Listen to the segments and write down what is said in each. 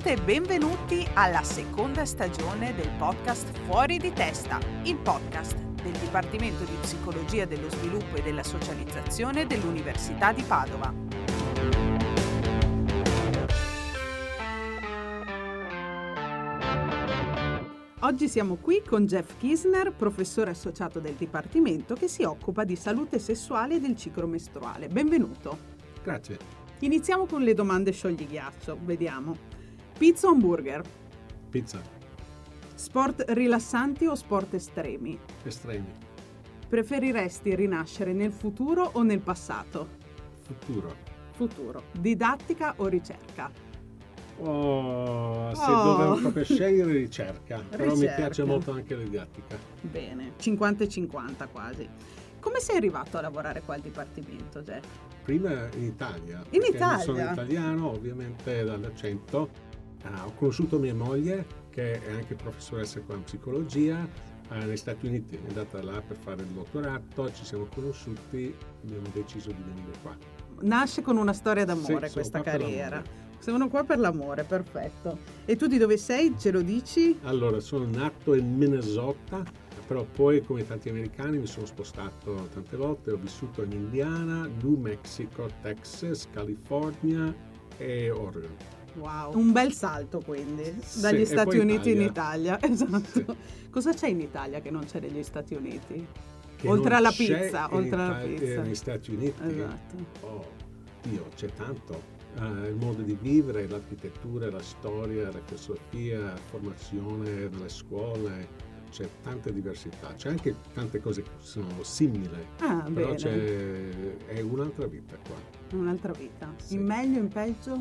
Benvenute e benvenuti alla seconda stagione del podcast Fuori di Testa, il podcast del Dipartimento di Psicologia dello Sviluppo e della Socializzazione dell'Università di Padova. Oggi siamo qui con Jeff Kisner, professore associato del Dipartimento che si occupa di salute sessuale e del ciclo mestruale. Benvenuto. Grazie. Iniziamo con le domande scioglighiaccio, vediamo. Pizza o hamburger? Pizza. Sport rilassanti o sport estremi? Estremi. Preferiresti rinascere nel futuro o nel passato? Futuro. Didattica o ricerca? Se dovevo proprio scegliere ricerca, però mi piace molto anche la didattica. Bene, 50-50 quasi. Come sei arrivato a lavorare qua al Dipartimento, Jeff? Prima in Italia. In Italia? Sono italiano, ovviamente dall'accento. Ho conosciuto mia moglie, che è anche professoressa qua in psicologia, negli Stati Uniti. È andata là per fare il dottorato, ci siamo conosciuti, abbiamo deciso di venire qua. Nasce con una storia d'amore questa carriera. Sono qua per l'amore, perfetto. E tu di dove sei? Ce lo dici? Allora, sono nato in Minnesota, però poi, come tanti americani, mi sono spostato tante volte. Ho vissuto in Indiana, New Mexico, Texas, California e Oregon. Wow, un bel salto quindi, dagli Stati Uniti in Italia. Esatto. Sì. Cosa c'è in Italia che non c'è negli Stati Uniti? Oltre alla pizza. Negli Stati Uniti? Esatto. C'è tanto. Il modo di vivere, l'architettura, la storia, la filosofia, la formazione nelle scuole, c'è tante diversità, c'è anche tante cose che sono simili, però bene. È un'altra vita qua. Un'altra vita, sì. In meglio, in peggio?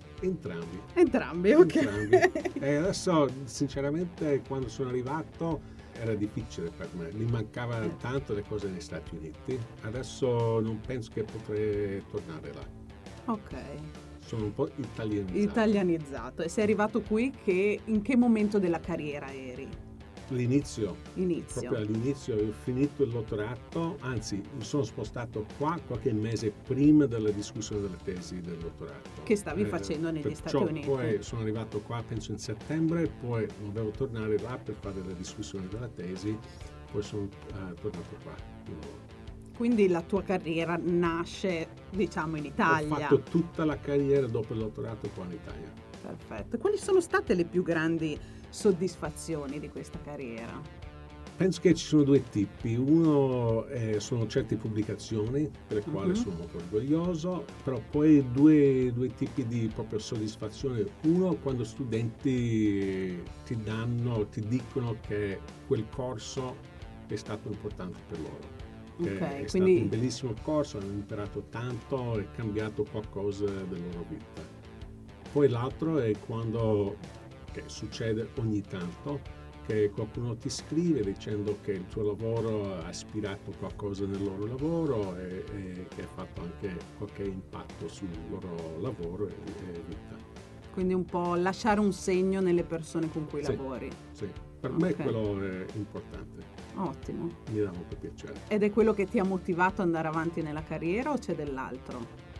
Entrambi, ok. E adesso sinceramente quando sono arrivato era difficile per me, mi mancava tanto le cose negli Stati Uniti, adesso non penso che potrei tornare là. Ok. Sono un po' italianizzato. E sei arrivato qui in che momento della carriera eri? L'inizio. Proprio all'inizio ho finito il dottorato, anzi mi sono spostato qua qualche mese prima della discussione della tesi del dottorato. Che stavi facendo negli Stati Uniti? Poi sono arrivato qua penso in settembre, poi dovevo tornare là per fare la discussione della tesi, poi sono tornato qua di nuovo. Quindi la tua carriera nasce, diciamo, in Italia. Ho fatto tutta la carriera dopo il dottorato qua in Italia. Perfetto. Quali sono state le più grandi soddisfazioni di questa carriera? Penso che ci sono due tipi. Uno sono certe pubblicazioni per le quali sono molto orgoglioso, però poi due tipi di proprio soddisfazione. Uno, quando studenti ti dicono che quel corso è stato importante per loro. È stato un bellissimo corso, hanno imparato tanto e cambiato qualcosa della loro vita. Poi l'altro è quando, che succede ogni tanto, che qualcuno ti scrive dicendo che il tuo lavoro ha ispirato qualcosa nel loro lavoro e che ha fatto anche qualche impatto sul loro lavoro e vita. Quindi un po' lasciare un segno nelle persone con cui lavori. Sì, per me quello è importante. Ottimo. Mi dà molto piacere. Ed è quello che ti ha motivato ad andare avanti nella carriera o c'è dell'altro?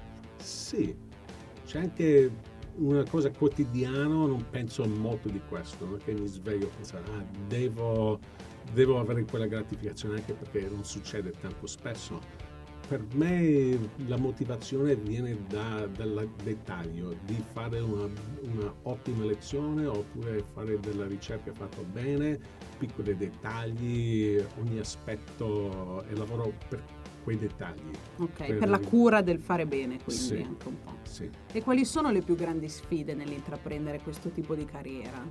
Sì, c'è anche una cosa quotidiana, non penso molto di questo, no? Che mi sveglio e penso, devo avere quella gratificazione anche perché non succede tanto spesso. Per me la motivazione viene dal dettaglio di fare una ottima lezione oppure fare della ricerca fatta bene, piccoli dettagli, ogni aspetto e lavoro per quei dettagli. Ok, per la cura del fare bene quindi sì, anche un po'. Sì. E quali sono le più grandi sfide nell'intraprendere questo tipo di carriera?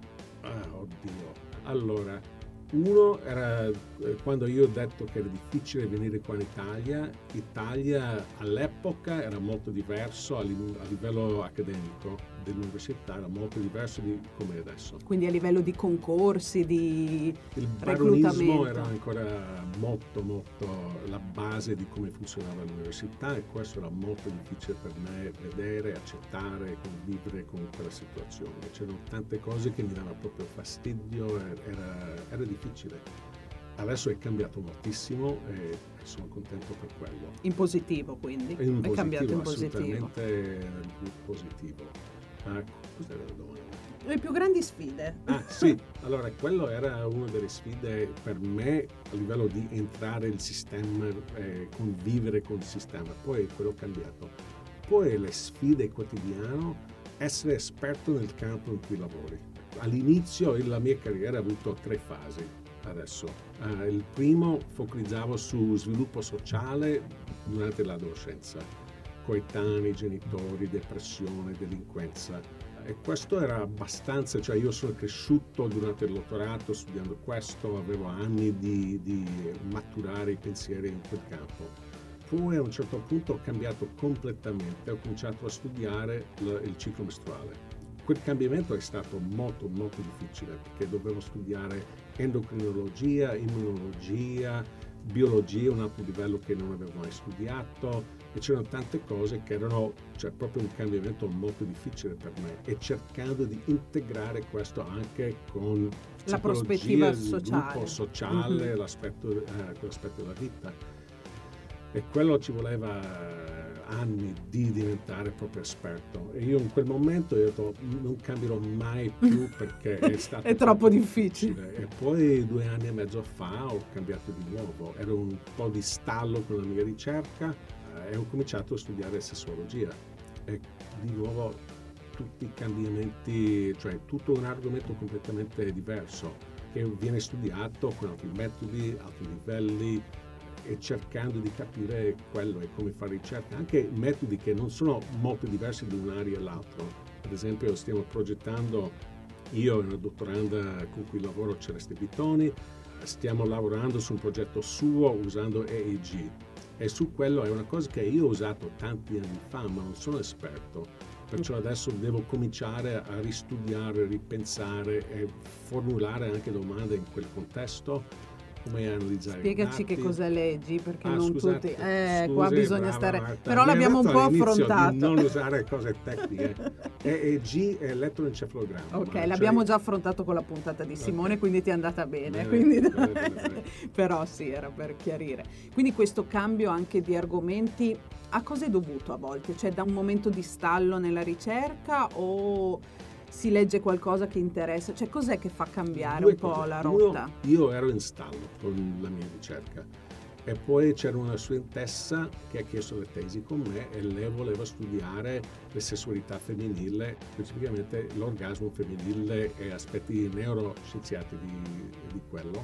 Allora, uno era quando io ho detto che era difficile venire qua in Italia all'epoca era molto diverso a livello accademico dell'università, era molto diverso di come è adesso. Quindi a livello di concorsi, di il reclutamento. baronismo era ancora molto la base di come funzionava l'università e questo era molto difficile per me vedere, accettare, convivere con quella situazione. C'erano tante cose che mi davano proprio fastidio, era difficile. Adesso è cambiato moltissimo e sono contento per quello. In positivo quindi? È cambiato in positivo. Assolutamente positivo. Cos'era la domanda? Le più grandi sfide. Sì, allora quello era una delle sfide per me a livello di entrare il sistema, convivere con il sistema, poi quello è cambiato. Poi le sfide quotidiane, essere esperto nel campo in cui lavori. All'inizio la mia carriera ha avuto 3 fasi adesso. Il primo focalizzavo su sviluppo sociale durante l'adolescenza, coetanei, genitori, depressione, delinquenza. E questo era abbastanza, cioè io sono cresciuto durante il dottorato studiando questo, avevo anni di maturare i pensieri in quel campo. Poi a un certo punto ho cambiato completamente, ho cominciato a studiare il ciclo mestruale. Quel cambiamento è stato molto molto difficile perché dovevo studiare endocrinologia, immunologia, biologia, un altro livello che non avevo mai studiato, e c'erano tante cose che erano, cioè, proprio un cambiamento molto difficile per me, e cercando di integrare questo anche con la prospettiva il sociale, gruppo sociale, quell'aspetto della vita, e quello ci voleva anni di diventare proprio esperto, e io in quel momento ho detto non cambierò mai più perché è stato è troppo difficile. E poi 2 anni e mezzo fa ho cambiato di nuovo, ero un po' di stallo con la mia ricerca, e ho cominciato a studiare sessuologia, e di nuovo tutti i cambiamenti, cioè tutto un argomento completamente diverso che viene studiato con altri metodi, altri livelli, e cercando di capire quello e come fare ricerca, anche metodi che non sono molto diversi da un'area all'altra. Ad esempio stiamo progettando, io e una dottoranda con cui lavoro, Celeste Bitoni, stiamo lavorando su un progetto suo usando EEG, e su quello è una cosa che io ho usato tanti anni fa ma non sono esperto, perciò adesso devo cominciare a ristudiare, ripensare e formulare anche domande in quel contesto. Come analizzare. Spiegaci che cos'è l'EEG, perché non scusate, tutti. scusi, Qua bisogna brava stare. Marta. Però l'abbiamo un po' affrontato. Di non usare cose tecniche. EEG è elettroencefalogramma. Ok, cioè, l'abbiamo già affrontato con la puntata di Simone, okay. Quindi ti è andata bene. Bene. Però sì, era per chiarire. Quindi questo cambio anche di argomenti a cosa è dovuto a volte? Cioè da un momento di stallo nella ricerca o si legge qualcosa che interessa? Cioè cos'è che fa cambiare un po' la rotta? Io ero in stallo con la mia ricerca, e poi c'era una studentessa che ha chiesto le tesi con me, e lei voleva studiare le sessualità femminile, specificamente l'orgasmo femminile e aspetti neuroscienziati di quello,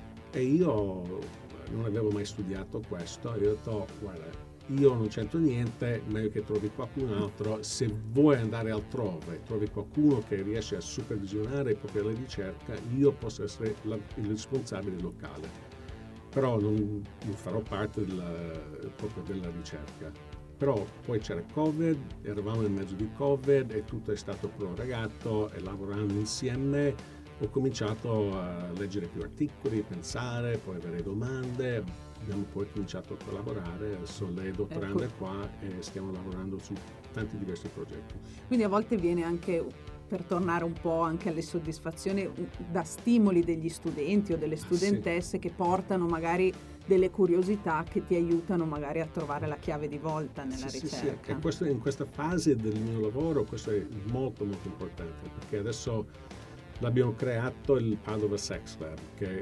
e io non avevo mai studiato questo, e ho detto guarda, io non c'entro niente, meglio che trovi qualcun altro. Se vuoi andare altrove, trovi qualcuno che riesce a supervisionare proprio la ricerca, io posso essere il responsabile locale, però non farò parte proprio della ricerca. Però poi c'era Covid, eravamo in mezzo di Covid e tutto è stato prorogato, e lavorando insieme ho cominciato a leggere più articoli, pensare, poi avere domande. Abbiamo poi cominciato a collaborare, adesso lei è dottoranda qua e stiamo lavorando su tanti diversi progetti. Quindi a volte viene anche, per tornare un po' anche alle soddisfazioni, da stimoli degli studenti o delle studentesse che portano magari delle curiosità che ti aiutano magari a trovare la chiave di volta nella ricerca. Sì. In questa fase del mio lavoro questo è molto molto importante, perché adesso l'abbiamo creato il Padova Sex Lab,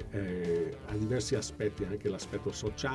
che ha diversi aspetti, anche l'aspetto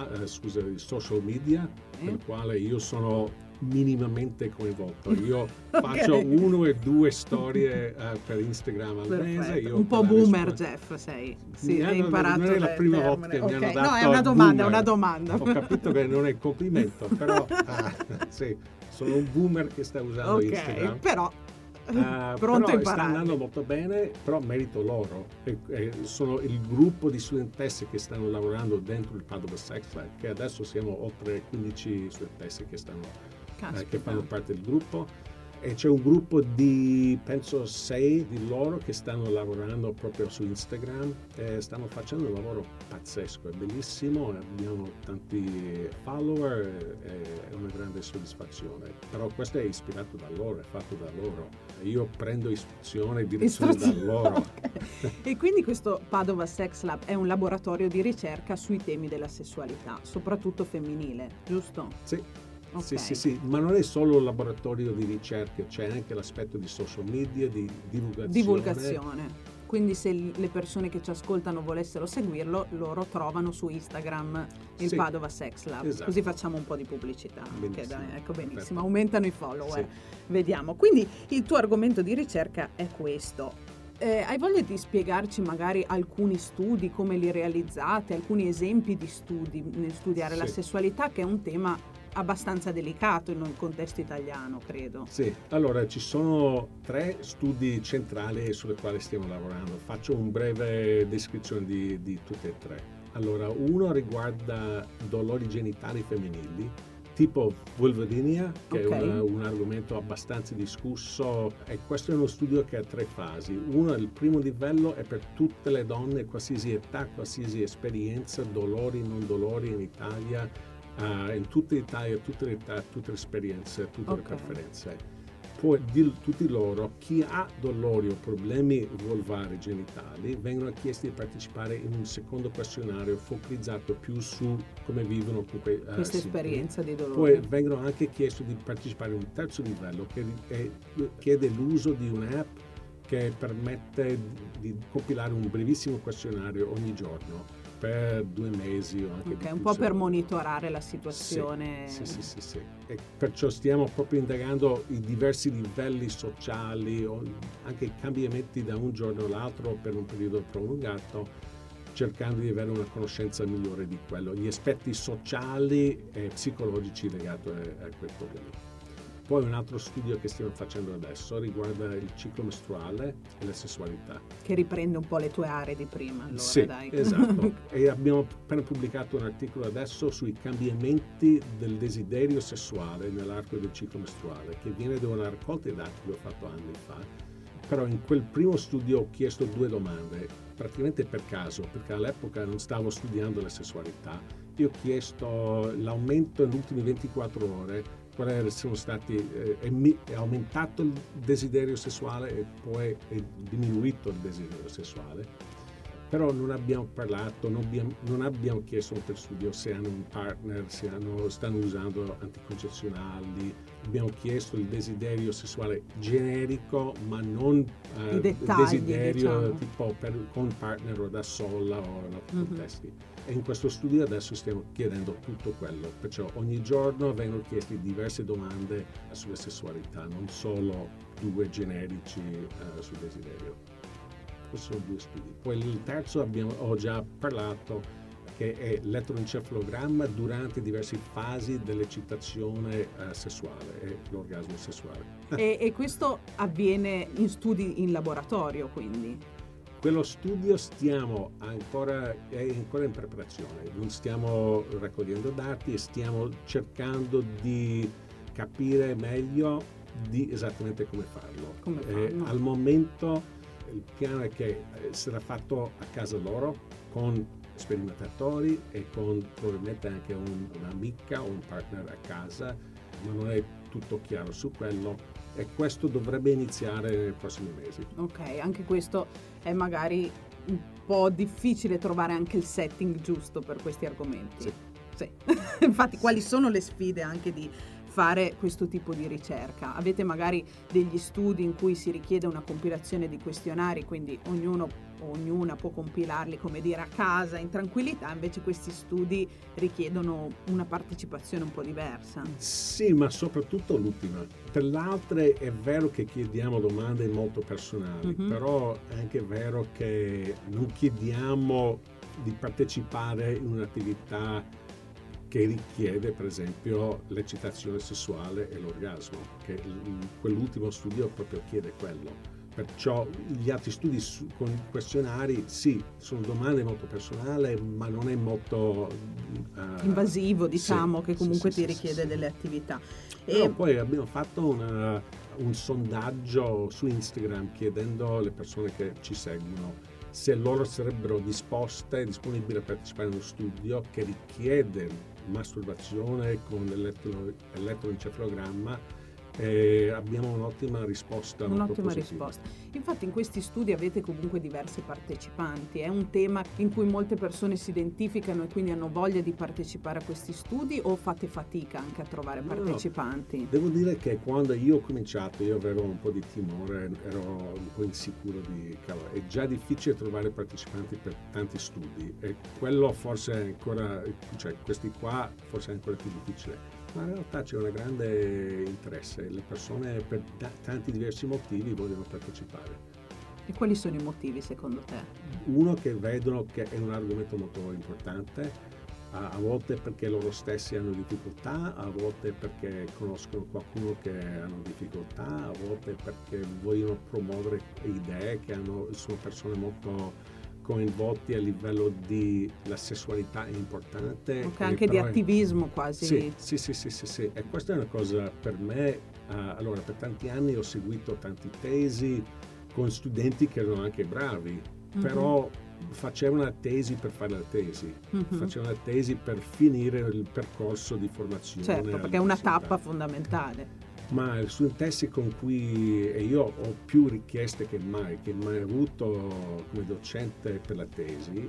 il social media, per il quale io sono minimamente coinvolto. Io faccio 1 e 2 storie per Instagram al mese. Io un po' boomer, Jeff, sei. Sì, hai imparato. Non è la prima volta che mi hanno dato. No, è una domanda. Ho capito che non è un complimento, però sì, sono un boomer che sta usando Instagram. Però pronto a imparare. Sta andando molto bene, però merito loro. Sono il gruppo di studentesse che stanno lavorando dentro il Padova Sex Lab, che adesso siamo oltre 15 studentesse che fanno parte del gruppo, e c'è un gruppo di penso 6 di loro che stanno lavorando proprio su Instagram, e stanno facendo un lavoro pazzesco, è bellissimo, abbiamo tanti follower, è una grande soddisfazione. Però questo è ispirato da loro, è fatto da loro, io prendo istruzione e direzione da loro. Okay. E quindi questo Padova Sex Lab è un laboratorio di ricerca sui temi della sessualità, soprattutto femminile, giusto? Sì. Okay. Sì, ma non è solo un laboratorio di ricerche, c'è anche l'aspetto di social media, di divulgazione. Quindi se le persone che ci ascoltano volessero seguirlo, loro trovano su Instagram il Sì, Padova Sex Lab. esatto. Così facciamo un po' di pubblicità. Benissimo. Ecco, benissimo, Perfetto. aumentano i follower. Sì. Vediamo. Quindi il tuo argomento di ricerca è questo. Hai voglia di spiegarci magari alcuni studi, come li realizzate, alcuni esempi di studi nel studiare la Sì. sessualità, che è un tema abbastanza delicato in un contesto italiano, credo. Sì, allora ci sono 3 studi centrali sulle quali stiamo lavorando. Faccio un breve descrizione di tutte e 3. Allora, uno riguarda dolori genitali femminili, tipo vulvodynia, che Ok. è un argomento abbastanza discusso, e questo è uno studio che ha 3 fasi. Uno, il primo livello, è per tutte le donne, qualsiasi età, qualsiasi esperienza, dolori, non dolori in Italia, in tutta l'Italia, tutte le età, tutte le esperienze, tutte le preferenze. Poi di tutti loro, chi ha dolori o problemi vulvari genitali, vengono chiesti di partecipare in un secondo questionario focalizzato più su come vivono con questa esperienza di dolore. Poi vengono anche chiesti di partecipare in un terzo livello che chiede l'uso di un'app che permette di compilare un brevissimo questionario ogni giorno per 2 mesi o anche di più. Un po' per monitorare la situazione. Sì. E perciò stiamo proprio indagando i diversi livelli sociali, o anche i cambiamenti da un giorno all'altro per un periodo prolungato, cercando di avere una conoscenza migliore di quello, gli aspetti sociali e psicologici legati a quei problemi. Poi un altro studio che stiamo facendo adesso riguarda il ciclo mestruale e la sessualità. Che riprende un po' le tue aree di prima, allora, sì, dai. Esatto. E abbiamo appena pubblicato un articolo adesso sui cambiamenti del desiderio sessuale nell'arco del ciclo mestruale, che viene da una raccolta di dati che ho fatto anni fa. Però in quel primo studio ho chiesto 2 domande, praticamente per caso, perché all'epoca non stavo studiando la sessualità. Io ho chiesto l'aumento nelle ultime 24 ore, quali sono stati, è aumentato il desiderio sessuale e poi è diminuito il desiderio sessuale. Però non abbiamo parlato, non abbiamo chiesto per studio se hanno un partner, se stanno usando anticoncezionali. Abbiamo chiesto il desiderio sessuale generico, ma non i dettagli, desiderio diciamo, tipo con partner o da sola o in altri contesti. E in questo studio adesso stiamo chiedendo tutto quello, perciò ogni giorno vengono chieste diverse domande sulla sessualità, non solo 2 generici sul desiderio. Questi sono 2 studi. Poi il terzo ho già parlato, che è l'elettroencefalogramma durante diverse fasi dell'eccitazione sessuale e l'orgasmo sessuale. E questo avviene in studi in laboratorio, quindi? Quello studio è ancora in preparazione, non stiamo raccogliendo dati e stiamo cercando di capire meglio esattamente come farlo. Al momento il piano è che sarà fatto a casa loro con sperimentatori e con probabilmente anche un'amica o un partner a casa, ma non è tutto chiaro su quello. E questo dovrebbe iniziare nei prossimi mesi. Ok, anche questo è magari un po' difficile trovare anche il setting giusto per questi argomenti. Sì. Infatti, quali sono le sfide anche di fare questo tipo di ricerca? Avete magari degli studi in cui si richiede una compilazione di questionari, quindi ognuna può compilarli, come dire, a casa in tranquillità, invece questi studi richiedono una partecipazione un po' diversa. Sì, ma soprattutto l'ultima. Per le altre è vero che chiediamo domande molto personali, però è anche vero che non chiediamo di partecipare in un'attività che richiede per esempio l'eccitazione sessuale e l'orgasmo, che quell'ultimo studio proprio chiede quello. Perciò gli altri studi con i questionari, sì, sono domande molto personali, ma non è molto invasivo, diciamo, che comunque ti richiede delle attività. Però poi abbiamo fatto un sondaggio su Instagram chiedendo alle persone che ci seguono se loro sarebbero disponibili a partecipare a uno studio che richiede masturbazione con l'elettroencefalogramma e abbiamo un'ottima risposta. Un'ottima risposta. Infatti in questi studi avete comunque diversi partecipanti, è un tema in cui molte persone si identificano e quindi hanno voglia di partecipare a questi studi, o fate fatica anche a trovare partecipanti? No. Devo dire che quando io ho cominciato io avevo un po' di timore, ero un po' insicuro è già difficile trovare partecipanti per tanti studi e quello forse è ancora, cioè questi qua forse è ancora più difficile. Ma in realtà c'è un grande interesse, le persone per tanti diversi motivi vogliono partecipare. E quali sono i motivi secondo te? Uno, che vedono che è un argomento molto importante, a volte perché loro stessi hanno difficoltà, a volte perché conoscono qualcuno che hanno difficoltà, a volte perché vogliono promuovere idee che sono persone molto coinvolti a livello di la sessualità è importante. Anche di attivismo quasi. Sì. E questa è una cosa per me, allora per tanti anni ho seguito tanti tesi con studenti che erano anche bravi, però facevano una tesi per fare la tesi, facevano una tesi per finire il percorso di formazione. Certo, perché è una tappa fondamentale. Ma le studentesse con cui io ho più richieste che mai avuto come docente per la tesi,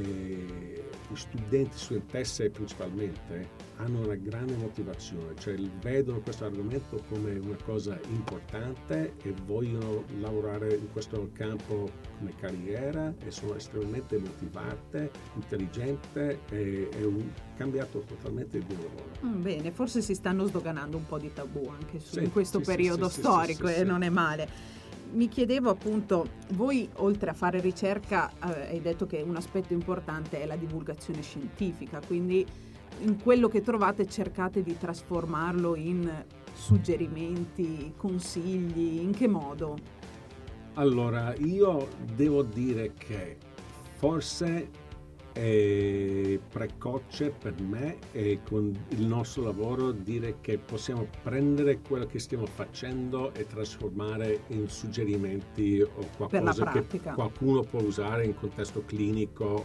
e gli studentesse principalmente hanno una grande motivazione, cioè vedono questo argomento come una cosa importante e vogliono lavorare in questo campo come carriera e sono estremamente motivate, intelligente e cambiato totalmente il mio lavoro. Bene, forse si stanno sdoganando un po' di tabù anche in questo periodo storico e non è male. Mi chiedevo appunto, voi oltre a fare ricerca hai detto che un aspetto importante è la divulgazione scientifica, quindi in quello che trovate cercate di trasformarlo in suggerimenti, consigli, in che modo? Allora, io devo dire che forse è precoce per me e con il nostro lavoro dire che possiamo prendere quello che stiamo facendo e trasformare in suggerimenti o qualcosa che qualcuno può usare in contesto clinico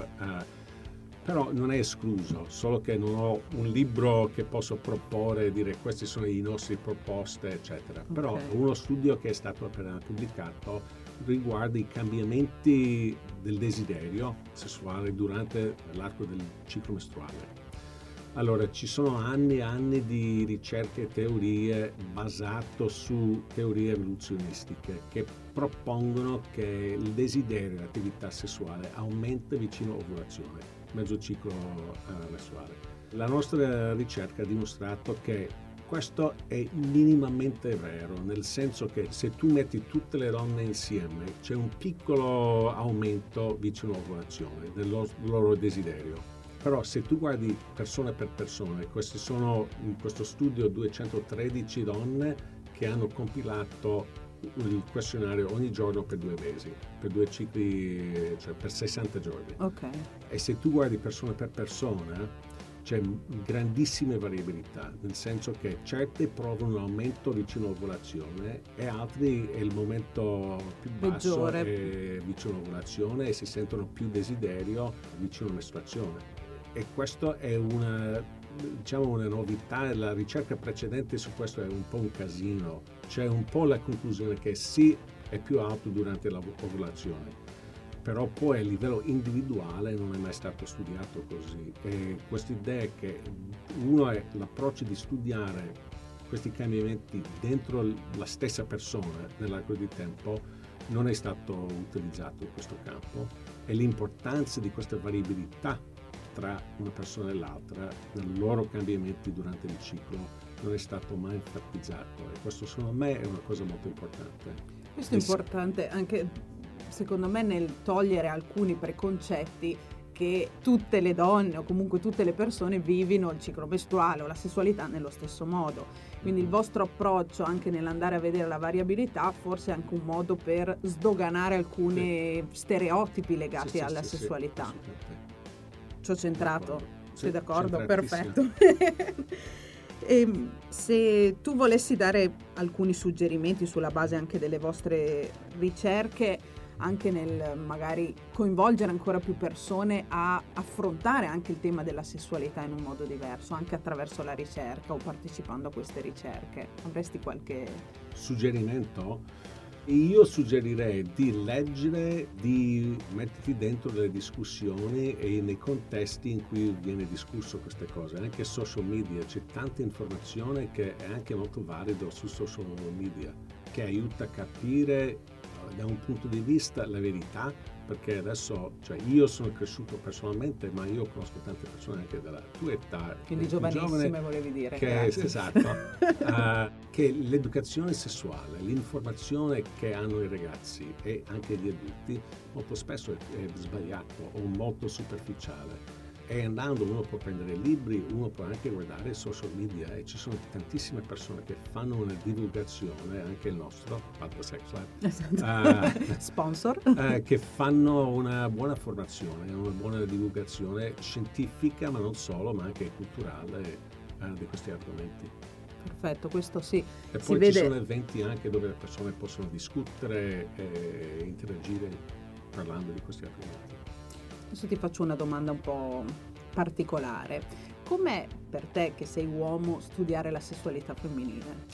però non è escluso, solo che non ho un libro che posso proporre e dire queste sono le nostre proposte, eccetera. Però uno studio che è stato appena pubblicato riguarda i cambiamenti del desiderio sessuale durante l'arco del ciclo mestruale. Allora, ci sono anni e anni di ricerche e teorie basate su teorie evoluzionistiche che propongono che il desiderio e l'attività sessuale aumenta vicino all'ovulazione, mezzo ciclo mestruale. La nostra ricerca ha dimostrato che questo è minimamente vero, nel senso che se tu metti tutte le donne insieme c'è un piccolo aumento vicino all'ovulazione del loro desiderio. Però se tu guardi persona per persona, questi sono in questo studio 213 donne che hanno compilato il questionario ogni giorno per 2 mesi, per 2 cicli, cioè per 60 giorni. E se tu guardi persona per persona c'è grandissime variabilità, nel senso che certe provano un aumento vicino all'ovulazione e altri è il momento più basso vicino all'ovulazione e si sentono più desiderio vicino alla mestruazione. E questo è una novità, la ricerca precedente su questo è un po' un casino, c'è un po' la conclusione che sì, è più alto durante l'ovulazione, però poi a livello individuale non è mai stato studiato così. E questa idea che uno è l'approccio di studiare questi cambiamenti dentro la stessa persona nell'arco di tempo non è stato utilizzato in questo campo, e l'importanza di questa variabilità tra una persona e l'altra nei loro cambiamenti durante il ciclo non è stato mai enfatizzato, e questo secondo me è una cosa molto importante. Questo è importante anche secondo me nel togliere alcuni preconcetti che tutte le donne o comunque tutte le persone vivino il ciclo mestruale o la sessualità nello stesso modo. Quindi il vostro approccio anche nell'andare a vedere la variabilità forse è anche un modo per sdoganare alcuni stereotipi legati alla sessualità. Ci ho centrato, sei d'accordo? Perfetto. E se tu volessi dare alcuni suggerimenti sulla base anche delle vostre ricerche anche nel magari coinvolgere ancora più persone a affrontare anche il tema della sessualità in un modo diverso, anche attraverso la ricerca o partecipando a queste ricerche. Avresti qualche suggerimento? Io suggerirei di leggere, di metterti dentro delle discussioni e nei contesti in cui viene discusso queste cose. Anche social media, c'è tanta informazione che è anche molto valido su social media, che aiuta a capire da un punto di vista la verità, perché adesso, cioè, io sono cresciuto personalmente, ma io conosco tante persone anche della tua età, quindi giovanissime volevi dire, che, esatto, che l'educazione sessuale, l'informazione che hanno i ragazzi e anche gli adulti molto spesso è sbagliato o molto superficiale. E andando uno può prendere libri, uno può anche guardare social media, e ci sono tantissime persone che fanno una divulgazione, anche il nostro Padre Sex Lab, sponsor, che fanno una buona formazione, una buona divulgazione scientifica, ma non solo, ma anche culturale di questi argomenti. Perfetto, questo sì. E poi ci sono eventi anche dove le persone possono discutere e interagire parlando di questi argomenti. Adesso ti faccio una domanda un po' particolare. Com'è per te, che sei uomo, studiare la sessualità femminile?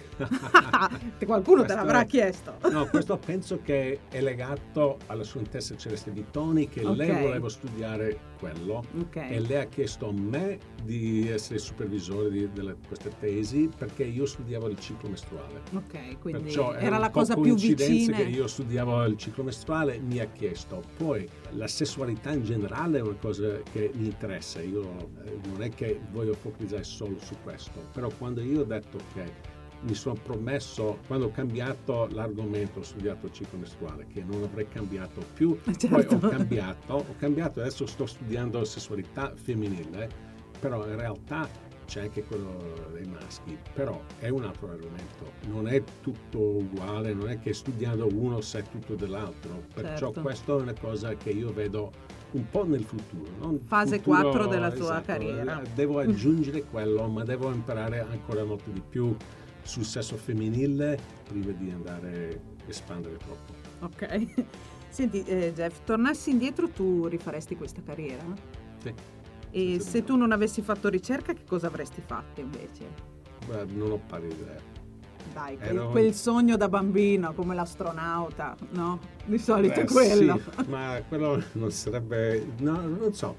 Qualcuno te l'avrà chiesto. No, questo penso che è legato alla studentessa Celeste Vittoni, che lei voleva studiare quello, e lei ha chiesto a me di essere supervisore di queste tesi, perché io studiavo il ciclo mestruale. Ok, quindi perciò era la cosa più vicina. Che io studiavo il ciclo mestruale, mi ha chiesto. Poi la sessualità in generale è una cosa che mi interessa, io non è che voglio focalizzare solo su questo, però quando io ho detto che mi sono promesso, quando ho cambiato l'argomento, ho studiato il ciclo mestruale, che non avrei cambiato più, poi ho cambiato, adesso sto studiando sessualità femminile, però in realtà c'è anche quello dei maschi, però è un altro argomento, non è tutto uguale, non è che studiando uno sai tutto dell'altro, perciò questo è una cosa che io vedo un po' nel futuro, no? Fase futuro, 4 della tua carriera. Devo aggiungere quello, ma devo imparare ancora molto di più sul sesso femminile prima di andare a espandere troppo. Ok. Senti Jeff, tornassi indietro, tu rifaresti questa carriera? Sì. E se tu non avessi fatto ricerca, che cosa avresti fatto invece? Beh, non ho pari idea. Dai, quel sogno da bambino, come l'astronauta, no? Di solito è quello. Sì, ma quello non sarebbe... No, non so.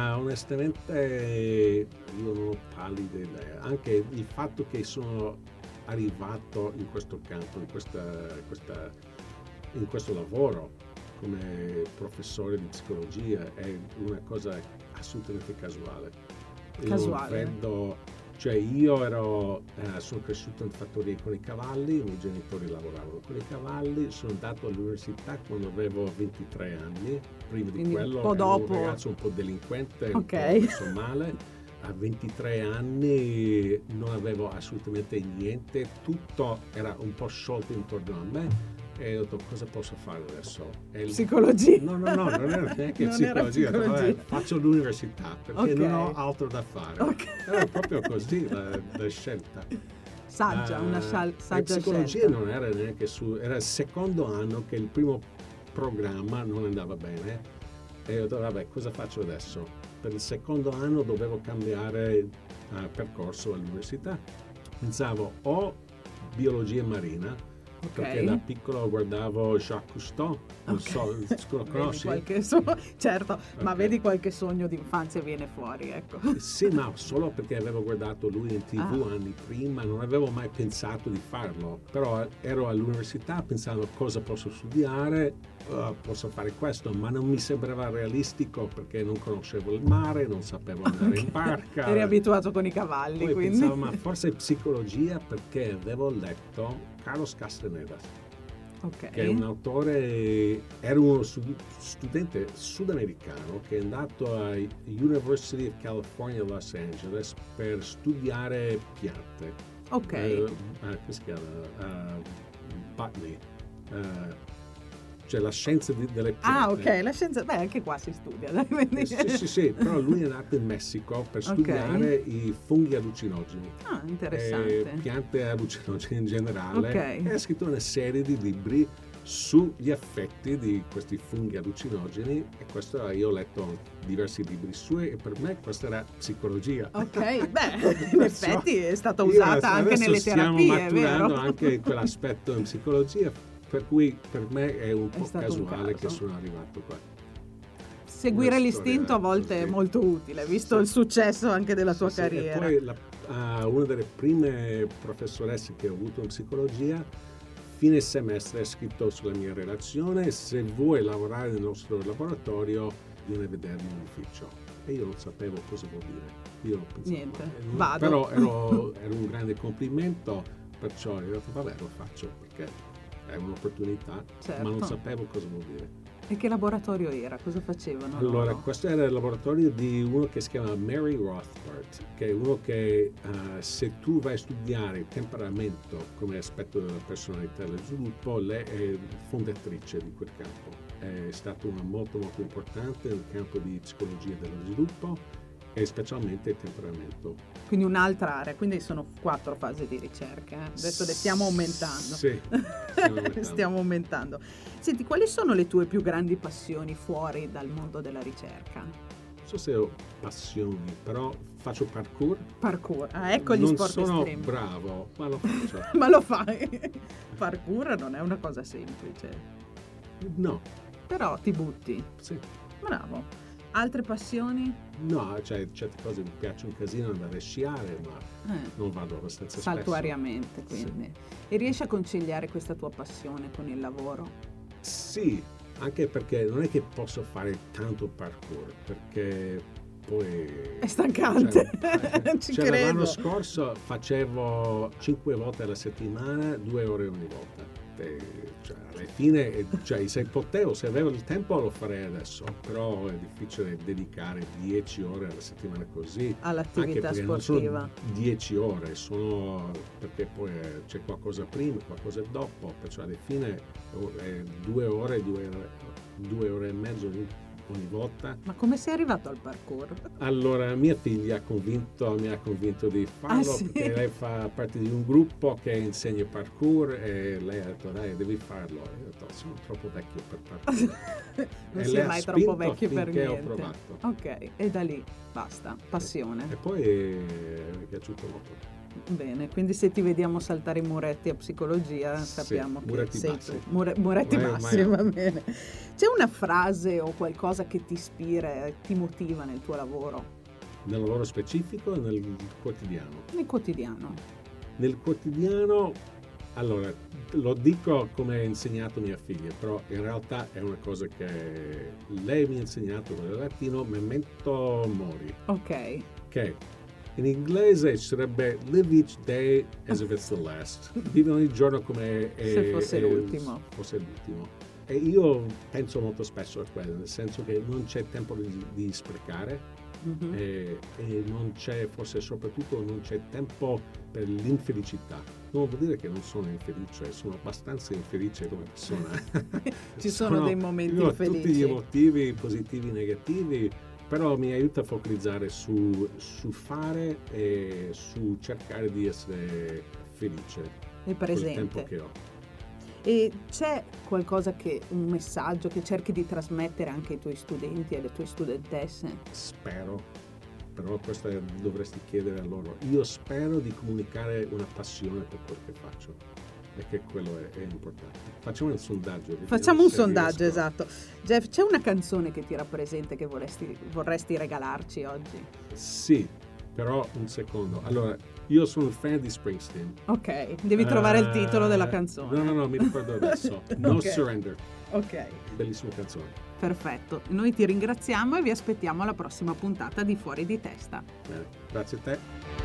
Onestamente io non ho pallida idea. Anche il fatto che sono arrivato in questo campo, in questo lavoro come professore di psicologia è una cosa assolutamente casuale. Io sono cresciuto in fattoria con i cavalli, i miei genitori lavoravano con i cavalli, sono andato all'università quando avevo 23 anni, prima di quello ero un ragazzo un po' delinquente, un po' messo male. A 23 anni non avevo assolutamente niente, tutto era un po' sciolto intorno a me. E ho detto, cosa posso fare adesso? Psicologia? No, non era neanche psicologia. Vabbè, faccio l'università perché non ho altro da fare. Era proprio così la scelta. Saggia, una saggia psicologia scelta. Non era neanche era il secondo anno che il primo programma non andava bene e ho detto, vabbè, cosa faccio adesso? Per il secondo anno dovevo cambiare percorso all'università. Pensavo o biologia marina, perché da piccolo guardavo Jacques Cousteau, non so, lo conosci? Certo, ma vedi qualche sogno di infanzia viene fuori, ecco. Sì, ma solo perché avevo guardato lui in TV anni prima, non avevo mai pensato di farlo, però ero all'università pensando cosa posso studiare, posso fare questo, ma non mi sembrava realistico perché non conoscevo il mare, non sapevo andare in barca. Eri abituato con i cavalli, poi quindi. Pensavo, ma forse psicologia, perché avevo letto Carlos Castaneda, che è un autore, era uno studente sudamericano che è andato a University of California, Los Angeles, per studiare piante. Come si chiama? Botany. Cioè la scienza delle piante. La scienza, anche qua si studia. Sì, però lui è nato in Messico per studiare i funghi allucinogeni. Interessante. Piante allucinogene in generale. E ha scritto una serie di libri sugli effetti di questi funghi allucinogeni, e questo io ho letto diversi libri suoi e per me questa era psicologia. Ok, beh, in effetti è stata usata anche nelle terapie, stiamo maturando vero? anche quell'aspetto in psicologia, per cui per me è un po' stato un casuale caso. che sono arrivato qua. Seguire Una l'istinto storia a volte è così. molto utile, visto Sì. il successo anche della tua Sì, carriera. E poi una delle prime professoresse che ho avuto in psicologia, fine semestre ha scritto sulla mia relazione: se vuoi lavorare nel nostro laboratorio vieni a vedermi in ufficio. E io non sapevo cosa vuol dire. Io non pensavo, Niente, vado. Però era un grande complimento, perciò io ho detto vabbè, lo faccio perché è un'opportunità, Certo. ma non sapevo cosa vuol dire. E che laboratorio era? Cosa facevano Allora, loro? questo era il laboratorio di uno che si chiama Mary Rothbard, che è uno che se tu vai a studiare il temperamento come aspetto della personalità e dello sviluppo, lei è fondatrice di quel campo. È stata una molto molto importante nel campo di psicologia dello sviluppo e specialmente il temperamento. Quindi un'altra area, quindi sono 4 fasi di ricerca. Adesso le stiamo aumentando. Sì, stiamo aumentando. Stiamo aumentando. Senti, quali sono le tue più grandi passioni fuori dal mondo della ricerca? Non so se ho passioni, però faccio parkour. Parkour, ecco gli Non sport sono estremi. bravo, ma lo faccio. Ma lo fai. Parkour non è una cosa semplice, No, però ti butti. sì. Bravo. Altre passioni? No, cioè certe cose mi piacciono un casino, andare a sciare, ma non vado abbastanza spesso. Saltuariamente, quindi. E riesci a conciliare questa tua passione con il lavoro? Sì, anche perché non è che posso fare tanto parkour, perché poi... È stancante, ci cioè, credo. l'anno scorso facevo 5 volte alla settimana, 2 ore ogni volta. Cioè, alla fine, cioè, se potevo, se avevo il tempo lo farei adesso, però è difficile dedicare 10 ore alla settimana così. All'attività anche perché sportiva. non sono 10 ore, sono perché poi c'è qualcosa prima, qualcosa dopo, perciò alla fine è 2 ore, 2 ore e mezzo ogni volta. Ma come sei arrivato al parkour? Allora mia figlia mi ha convinto di farlo, sì? perché lei fa parte di un gruppo che insegna parkour e lei ha detto dai, devi farlo. E io ho detto sono troppo vecchio per parkour. Non E si lei è ha mai spinto troppo vecchi per finché niente. ho provato. Ok, e da lì basta, passione. E poi mi è piaciuto molto. Bene, quindi se ti vediamo saltare i muretti a psicologia Sì, sappiamo che muretti sei bassi. tu. Muretti Ormai- bassi, ormai- va bene. C'è una frase o qualcosa che ti ispira e ti motiva nel tuo lavoro, Nel lavoro specifico o nel quotidiano? nel quotidiano? Nel quotidiano, allora, lo dico come ha insegnato mia figlia, però in realtà è una cosa che lei mi ha insegnato con il latino, memento mori, Ok, che in inglese sarebbe live each day as if it's the last. Vivi ogni giorno come Se fosse l'ultimo. fosse l'ultimo. E io penso molto spesso a quello, nel senso che non c'è tempo di sprecare. Mhm. E non c'è, forse soprattutto non c'è tempo per l'infelicità. Non vuol dire che non sono infelice, sono abbastanza infelice come persona. Ci sono dei momenti io ho infelici. tutti gli emotivi positivi e negativi, però mi aiuta a focalizzare su fare e su cercare di essere felice Il con il tempo presente. che ho. E c'è qualcosa un messaggio che cerchi di trasmettere anche ai tuoi studenti e alle tue studentesse? Spero, però questo dovresti chiedere a loro. Io spero di comunicare una passione per quello che faccio, perché quello è importante. Facciamo un sondaggio. vediamo Facciamo un se sondaggio, riesco. esatto. Jeff, c'è una canzone che ti rappresenta e che vorresti regalarci oggi? Sì, però un secondo. Allora, io sono un fan di Springsteen. Ok, devi trovare il titolo della canzone. No, mi ricordo adesso. No Ok. Surrender. Ok, Bellissima canzone. perfetto. Noi ti ringraziamo e vi aspettiamo alla prossima puntata di Fuori di Testa. Bene. Grazie a te.